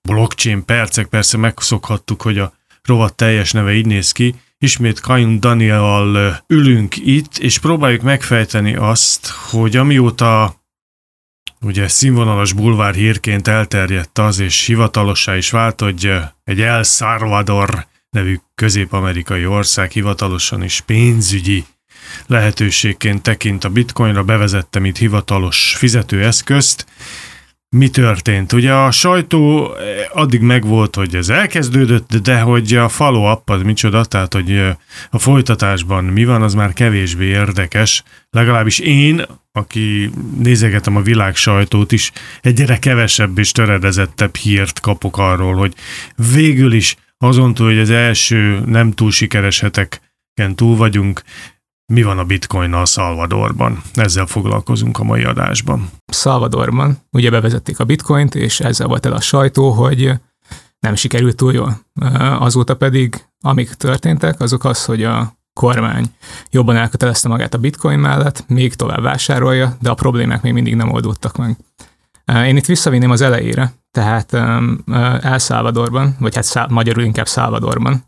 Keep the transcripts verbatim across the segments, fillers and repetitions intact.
blockchain percek, persze megszokhattuk, hogy a rovat teljes neve így néz ki. Ismét Kajun Daniellal ülünk itt, és próbáljuk megfejteni azt, hogy amióta ugye színvonalas bulvár hírként elterjedt az, és hivatalossá is vált, hogy egy El Salvador nevű közép-amerikai ország hivatalosan is pénzügyi lehetőségként tekint a bitcoinra, bevezette, mint hivatalos fizetőeszközt. Mi történt? Ugye a sajtó addig megvolt, hogy ez elkezdődött, de hogy a follow-up az micsoda, tehát hogy a folytatásban mi van, az már kevésbé érdekes. Legalábbis én, aki nézegetem a világ sajtót is, egyre kevesebb és töredezettebb hírt kapok arról, hogy végül is azon túl, hogy az első nem túl sikeres heteken túl vagyunk, mi van a bitcoinnal Salvadorban? Ezzel foglalkozunk a mai adásban. Salvadorban ugye bevezették a bitcoint, és ezzel volt el a sajtó, hogy nem sikerült túl jól. Azóta pedig, amik történtek, azok az, hogy a kormány jobban elkötelezte magát a bitcoin mellett, még tovább vásárolja, de a problémák még mindig nem oldódtak meg. Én itt visszavinném az elejére, tehát El Salvadorban, vagy hát magyarul inkább Salvadorban,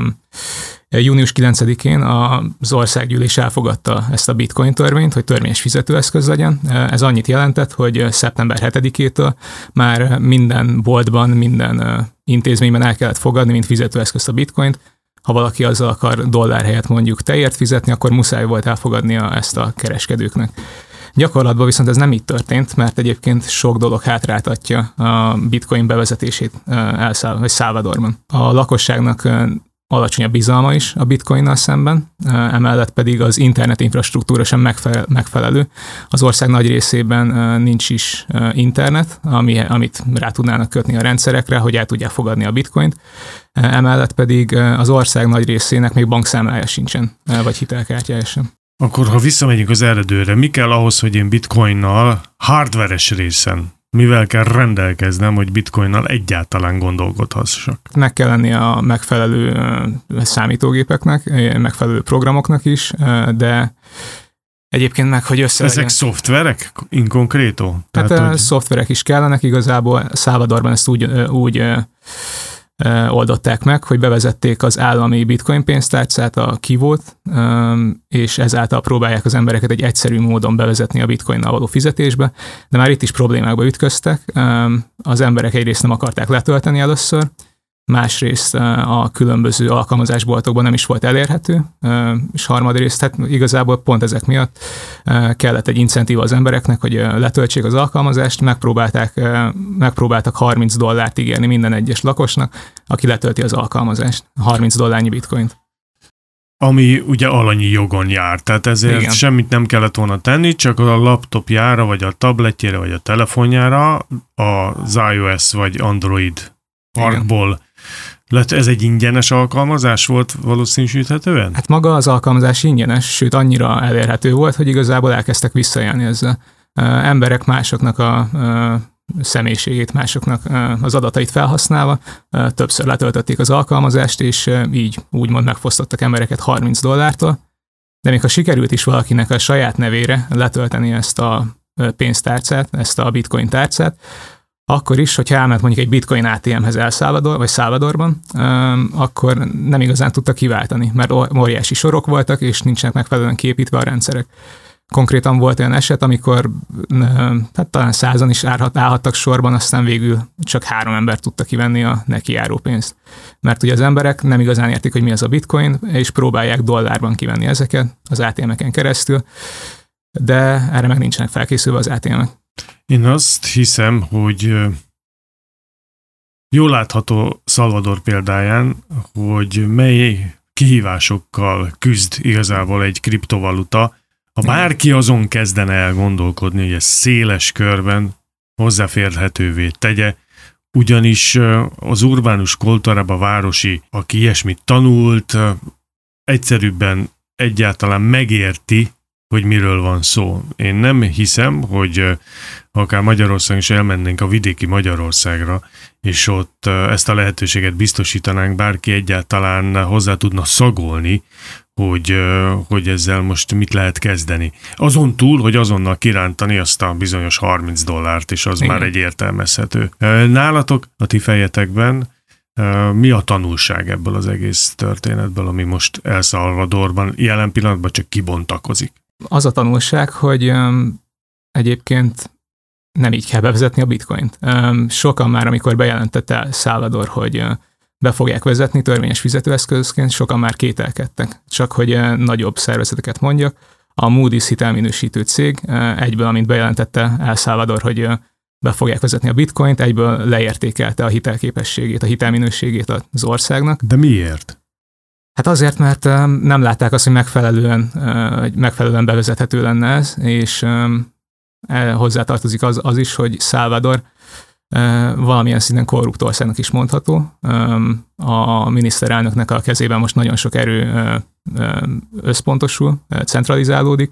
június kilencedikén az országgyűlés elfogadta ezt a bitcoin törvényt, hogy törvényes fizetőeszköz legyen. Ez annyit jelentett, hogy szeptember hetedikétől már minden boltban, minden intézményben el kellett fogadni, mint fizetőeszközt a bitcoint. Ha valaki azzal akar dollár helyett mondjuk tejért fizetni, akkor muszáj volt elfogadnia ezt a kereskedőknek. Gyakorlatban viszont ez nem így történt, mert egyébként sok dolog hátráltatja a bitcoin bevezetését El Salvadorban. A lakosságnak alacsony a bizalma is a bitcoinnal szemben, emellett pedig az internet infrastruktúra sem megfelelő. Az ország nagy részében nincs is internet, ami, amit rá tudnának kötni a rendszerekre, hogy el tudják fogadni a bitcoint. Emellett pedig az ország nagy részének még bankszámlája sincsen, vagy hitelkártyája sem. Akkor, ha visszamegyünk az eredőre, mi kell ahhoz, hogy én bitcoinnal hardveres részen mivel kell rendelkeznem, hogy bitcoinnal egyáltalán gondolkodhassak? Meg kell lenni a megfelelő számítógépeknek, megfelelő programoknak is, de egyébként meg, hogy össze... Ezek szoftverek in concreto? Hát Tehát, hogy... szoftverek is kellenek, igazából Salvadorban ezt úgy, úgy oldották meg, hogy bevezették az állami bitcoin pénztárcát, a Kivót, és ezáltal próbálják az embereket egy egyszerű módon bevezetni a bitcoinnal való fizetésbe, de már itt is problémákba ütköztek. Az emberek egyrészt nem akarták letölteni először, másrészt a különböző alkalmazásboltokban nem is volt elérhető, és harmadrészt, hát igazából pont ezek miatt kellett egy incentíva az embereknek, hogy letöltsék az alkalmazást, megpróbálták, megpróbáltak harminc dollárt ígérni minden egyes lakosnak, aki letölti az alkalmazást, harminc dollárnyi bitcoint. Ami ugye alanyi jogon jár, tehát ezért igen, semmit nem kellett volna tenni, csak a laptopjára, vagy a tabletjére, vagy a telefonjára az iOS vagy Android parkból lett. Ez egy ingyenes alkalmazás volt valószínűsíthetően? Hát maga az alkalmazás ingyenes, sőt annyira elérhető volt, hogy igazából elkezdtek visszajelni ezzel. Emberek másoknak a személyiségét, másoknak az adatait felhasználva többször letöltötték az alkalmazást, és így úgymond megfosztottak embereket harminc dollártól. De még ha sikerült is valakinek a saját nevére letölteni ezt a pénztárcát, ezt a bitcoin tárcát, akkor is, hogyha elment mondjuk egy bitcoin á té emhez El Salvador, vagy Salvadorban, akkor nem igazán tudta kiváltani, mert óriási sorok voltak, és nincsenek megfelelően kiépítve a rendszerek. Konkrétan volt olyan eset, amikor hát talán százan is állhattak sorban, aztán végül csak három ember tudta kivenni a neki járó pénzt. Mert ugye az emberek nem igazán értik, hogy mi az a bitcoin, és próbálják dollárban kivenni ezeket az á té emeken keresztül, de erre meg nincsenek felkészülve az á té emek. Én azt hiszem, hogy jól látható Salvador példáján, hogy mely kihívásokkal küzd igazából egy kriptovaluta, ha bárki azon kezdene el gondolkodni, hogy ez széles körben hozzáférhetővé tegye, ugyanis az urbánus kultúrában városi, aki ilyesmit tanult, egyszerűbben egyáltalán megérti, hogy miről van szó. Én nem hiszem, hogy akár Magyarországon is elmennénk a vidéki Magyarországra, és ott ezt a lehetőséget biztosítanánk, bárki egyáltalán hozzá tudna szagolni, hogy, hogy ezzel most mit lehet kezdeni. Azon túl, hogy azonnal kirántani azt a bizonyos harminc dollárt, és az Igen. már egy értelmezhető. Nálatok, a ti fejetekben mi a tanulság ebből az egész történetből, ami most El Salvadorban jelen pillanatban csak kibontakozik? Az a tanulság, hogy um, egyébként nem így kell bevezetni a bitcoint. Um, sokan már, amikor bejelentette El Salvador, hogy uh, be fogják vezetni törvényes fizetőeszközként, sokan már kételkedtek. Csak hogy uh, nagyobb szervezeteket mondjak, a Moody's hitelminősítő cég uh, egyből, amint bejelentette El Salvador, hogy uh, be fogják vezetni a bitcoint, egyből leértékelte a hitelképességét, a hitelminőségét az országnak. De miért? Hát azért, mert nem látták azt, hogy megfelelően, megfelelően bevezethető lenne ez, és hozzátartozik az, az is, hogy Salvador valamilyen szinten korrupt országnak is mondható. A miniszterelnöknek a kezében most nagyon sok erő összpontosul, centralizálódik,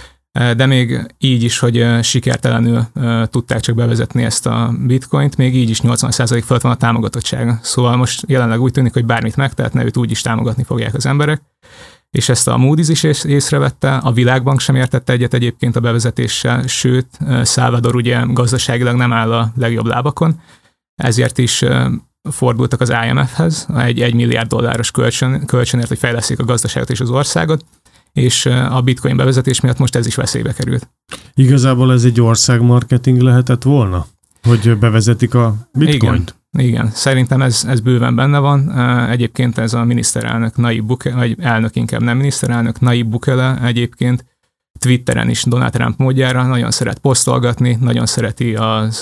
de még így is, hogy sikertelenül tudták csak bevezetni ezt a bitcoint, még így is nyolcvan százalék fölött van a támogatottsága. Szóval most jelenleg úgy tűnik, hogy bármit megtehetne, őt úgy is támogatni fogják az emberek, és ezt a Moody's is észrevette, a Világbank sem értette egyet egyébként a bevezetéssel, sőt, Salvador ugye gazdaságilag nem áll a legjobb lábakon, ezért is fordultak az I M F-hez, egy egy milliárd dolláros kölcsön, kölcsönért, hogy fejleszték a gazdaságot és az országot, és a bitcoin bevezetés miatt most ez is veszélybe került. Igazából ez egy országmarketing lehetett volna, hogy bevezetik a bitcoint? Igen, igen. Szerintem ez, ez bőven benne van. Egyébként ez a miniszterelnök Nayib Bukele, vagy elnök inkább nem miniszterelnök, Nayib Bukele egyébként Twitteren is Donald Trump módjára nagyon szeret posztolgatni, nagyon szereti az,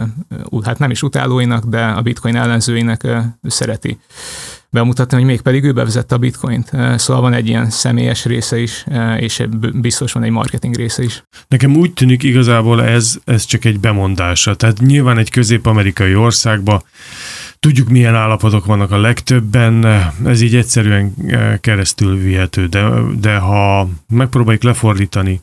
hát nem is utálóinak, de a bitcoin ellenzőinek szereti bemutatni, hogy mégpedig ő bevezette a bitcoint. Szóval van egy ilyen személyes része is, és biztos van egy marketing része is. Nekem úgy tűnik igazából ez, ez csak egy bemondása. Tehát nyilván egy közép-amerikai országban tudjuk, milyen állapotok vannak a legtöbben, ez így egyszerűen keresztül vihető, de, de ha megpróbáljuk lefordítani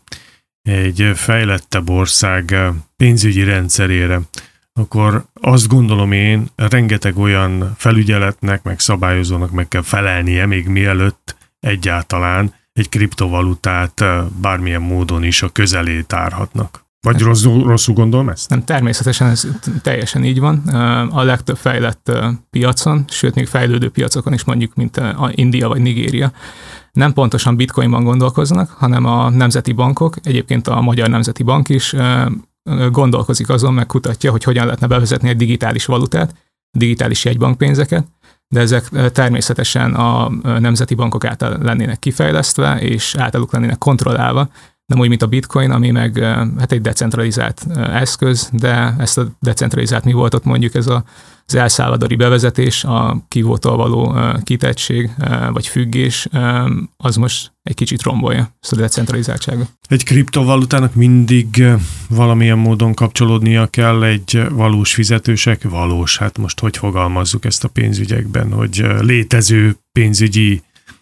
egy fejlettebb ország pénzügyi rendszerére, akkor azt gondolom én, rengeteg olyan felügyeletnek, meg szabályozónak meg kell felelnie, még mielőtt egyáltalán egy kriptovalutát bármilyen módon is a közelé tárhatnak. Vagy rosszul, rosszul gondolom ezt? Nem, természetesen ez teljesen így van. A legtöbb fejlett piacon, sőt még fejlődő piacokon is, mondjuk, mint a India vagy Nigéria, nem pontosan bitcoinban gondolkoznak, hanem a nemzeti bankok, egyébként a Magyar Nemzeti Bank is gondolkozik azon, meg kutatja, hogy hogyan lehetne bevezetni egy digitális valutát, digitális jegybankpénzeket, de ezek természetesen a nemzeti bankok által lennének kifejlesztve, és általuk lennének kontrollálva, nem úgy, mint a bitcoin, ami meg hát egy decentralizált eszköz, de ezt a decentralizált mi volt ott mondjuk ez a, az El Salvadori bevezetés, a kivótól való kitettség vagy függés, az most egy kicsit rombolja ezt a decentralizáltságot. Egy kriptovalutának mindig valamilyen módon kapcsolódnia kell egy valós fizetősek, valós, hát most hogy fogalmazzuk ezt a pénzügyekben, hogy létező pénzügyi,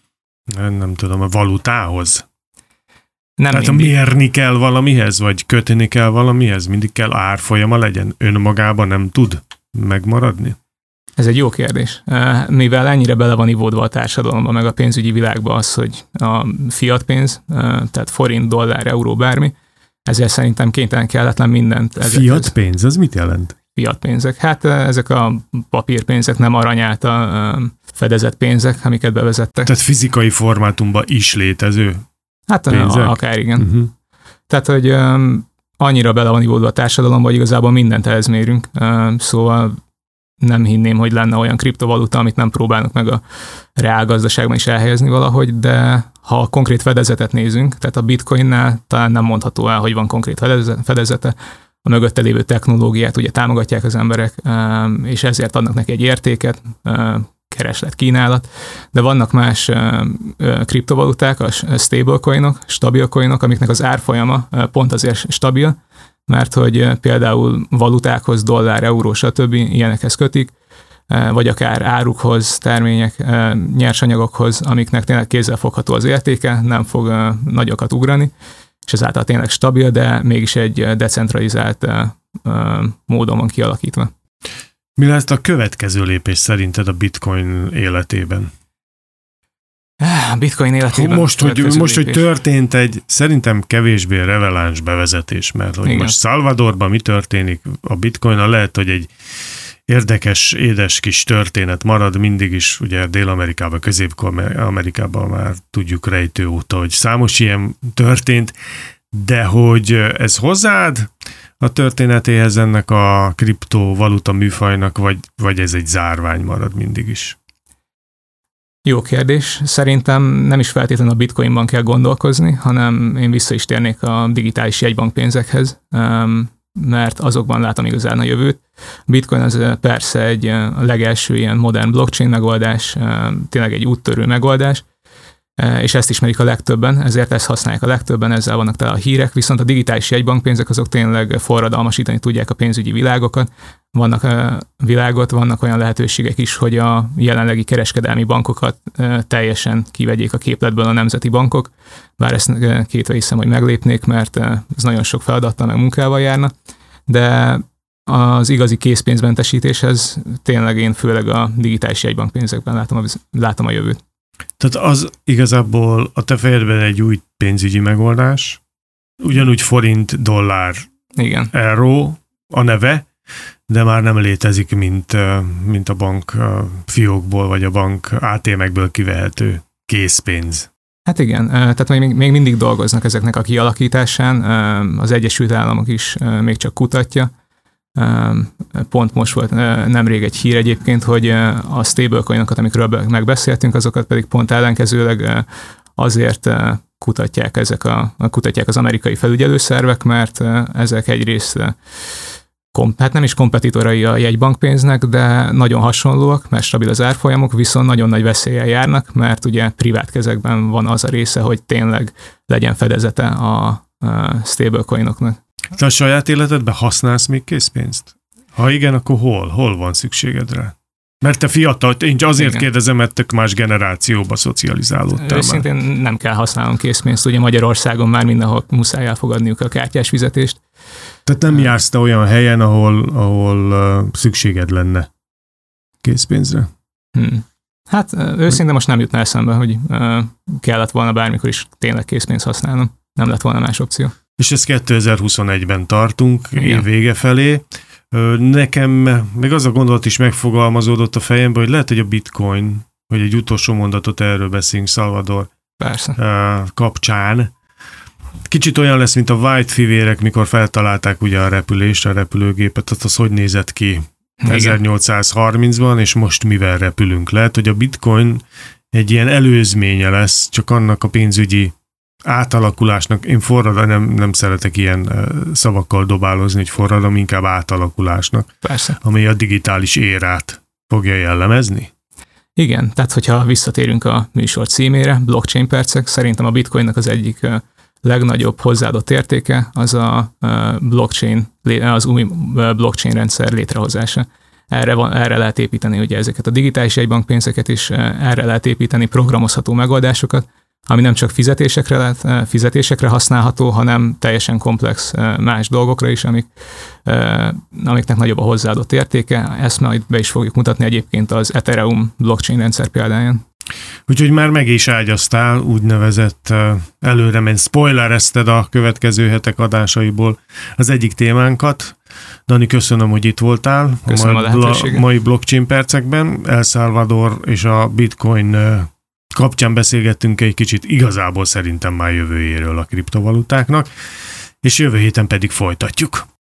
nem tudom, a valutához? Nem Tehát mindig. Mérni kell valamihez, vagy kötni kell valamihez? Mindig kell árfolyama legyen? Önmagában nem tud megmaradni? Ez egy jó kérdés. Mivel ennyire bele van ivódva a társadalomba, meg a pénzügyi világba az, hogy a fiat pénz, tehát forint, dollár, euró, bármi, ezért szerintem kénytelen kelletlen mindent. Fiat pénz, az mit jelent? Fiat pénzek. Hát ezek a papírpénzek, nem arany által fedezett pénzek, amiket bevezettek. Tehát fizikai formátumban is létező Hát pénzek? Akár igen. Uh-huh. Tehát, hogy um, annyira bele van ivódva a társadalomba, hogy igazából mindent ehhez mérünk. Um, szóval nem hinném, hogy lenne olyan kriptovaluta, amit nem próbálnak meg a reálgazdaságban is elhelyezni valahogy, de ha a konkrét fedezetet nézünk, tehát a bitcoinnál talán nem mondható el, hogy van konkrét fedezete, a mögötte lévő technológiát ugye támogatják az emberek, um, és ezért adnak neki egy értéket, um, kereslet, kínálat, de vannak más uh, kriptovaluták, a stablecoinok, stabil coinok, amiknek az árfolyama uh, pont azért stabil, mert hogy uh, például valutákhoz, dollár, euró, stb. Ilyenekhez kötik, uh, vagy akár árukhoz, termények, uh, nyersanyagokhoz, amiknek tényleg kézzelfogható az értéke, nem fog uh, nagyokat ugrani, és ezáltal tényleg stabil, de mégis egy decentralizált módon van kialakítva. Mi lesz a következő lépés szerinted a Bitcoin életében? A Bitcoin életében most, hogy, most, hogy történt egy szerintem kevésbé releváns bevezetés, mert hogy most Salvadorban mi történik a Bitcoinnal, lehet, hogy egy érdekes, édes kis történet marad mindig is, ugye Dél-Amerikában, Közép-Amerikában már tudjuk rejtő óta, hogy számos ilyen történt, de hogy ez hozzád a történetéhez ennek a kriptovaluta műfajnak, vagy, vagy ez egy zárvány marad mindig is? Jó kérdés. Szerintem nem is feltétlenül a bitcoinban kell gondolkozni, hanem én vissza is térnék a digitális jegybankpénzekhez, mert azokban látom igazán a jövőt. A bitcoin az persze egy a legelső ilyen modern blockchain megoldás, tényleg egy úttörő megoldás, és ezt ismerik a legtöbben, ezért ezt használják a legtöbben, ezzel vannak tele a hírek, viszont a digitális jegybankpénzek azok tényleg forradalmasítani tudják a pénzügyi világokat. Vannak világot, vannak olyan lehetőségek is, hogy a jelenlegi kereskedelmi bankokat teljesen kivegyék a képletből a nemzeti bankok, bár ezt kétve hiszem, hogy meglépnék, mert ez nagyon sok feladattal meg munkával járna, de az igazi készpénzmentesítéshez tényleg én főleg a digitális jegybankpénzekben látom a, látom a jövőt. Tehát az igazából a te fejedben egy új pénzügyi megoldás, ugyanúgy forint, dollár, igen, euró a neve, de már nem létezik, mint, mint a bank fiókból, vagy a bank á té em-ekből kivehető készpénz. Hát igen, tehát még, még mindig dolgoznak ezeknek a kialakításán, az Egyesült Államok is még csak kutatja. Pont most volt nemrég egy hír egyébként, hogy a stablecoinokat, amikről megbeszéltünk, azokat pedig pont ellenkezőleg azért kutatják, ezek a, kutatják az amerikai felügyelőszervek, mert ezek egyrészt kom, hát nem is kompetitorai a jegybankpénznek, de nagyon hasonlóak, mert stabil az árfolyamok, viszont nagyon nagy veszéllyel járnak, mert ugye privát kezekben van az a része, hogy tényleg legyen fedezete a, a stablecoinoknak. Te a saját életedben használsz még készpénzt? Ha igen, akkor hol? Hol van szükséged rá? Mert te fiatal, én azért igen. kérdezem, mert tök más generációba szocializálódtál. Őszintén már. Nem kell használnom készpénzt, ugye Magyarországon már mindenhol muszáj elfogadniuk a kártyás fizetést. Tehát nem jársz te olyan helyen, ahol, ahol uh, szükséged lenne készpénzre? Hmm. Hát őszintén most nem jutna eszembe, hogy uh, kellett volna bármikor is tényleg készpénzt használnom. Nem lett volna más opció. És ez kétezer-huszonegyben tartunk, év vége felé. Nekem még az a gondolat is megfogalmazódott a fejembe, hogy lehet, hogy a Bitcoin, hogy egy utolsó mondatot erről beszélünk Salvador Persze. kapcsán. Kicsit olyan lesz, mint a White fivérek, mikor feltalálták ugye a repülést, a repülőgépet, az, az hogy nézett ki igen. ezernyolcszázharmincban, és most mivel repülünk. Lehet, hogy a Bitcoin egy ilyen előzménye lesz, csak annak a pénzügyi átalakulásnak, én forradalom, nem, nem szeretek ilyen szavakkal dobálozni, hogy forradalom, inkább átalakulásnak, persze. Ami a digitális érát fogja jellemezni. Igen, tehát hogyha visszatérünk a műsor címére, blockchain percek, szerintem a Bitcoinnak az egyik legnagyobb hozzáadott értéke az a blockchain, az új blockchain rendszer létrehozása. Erre, van, erre lehet építeni ugye ezeket a digitális jegybankpénzeket is, erre lehet építeni programozható megoldásokat, ami nem csak fizetésekre, lehet, fizetésekre használható, hanem teljesen komplex más dolgokra is, amik, amiknek nagyobb a hozzáadott értéke. Ezt majd be is fogjuk mutatni egyébként az Ethereum blockchain rendszer példáján. Úgyhogy már meg is ágyaztál, úgynevezett előre menj, spoilerezted a következő hetek adásaiból az egyik témánkat. Dani, köszönöm, hogy itt voltál. Köszönöm a, a lehetőséget. Mai blockchain percekben El Salvador és a Bitcoin kapcsán beszélgettünk egy kicsit igazából szerintem már jövőjéről a kriptovalutáknak, és jövő héten pedig folytatjuk.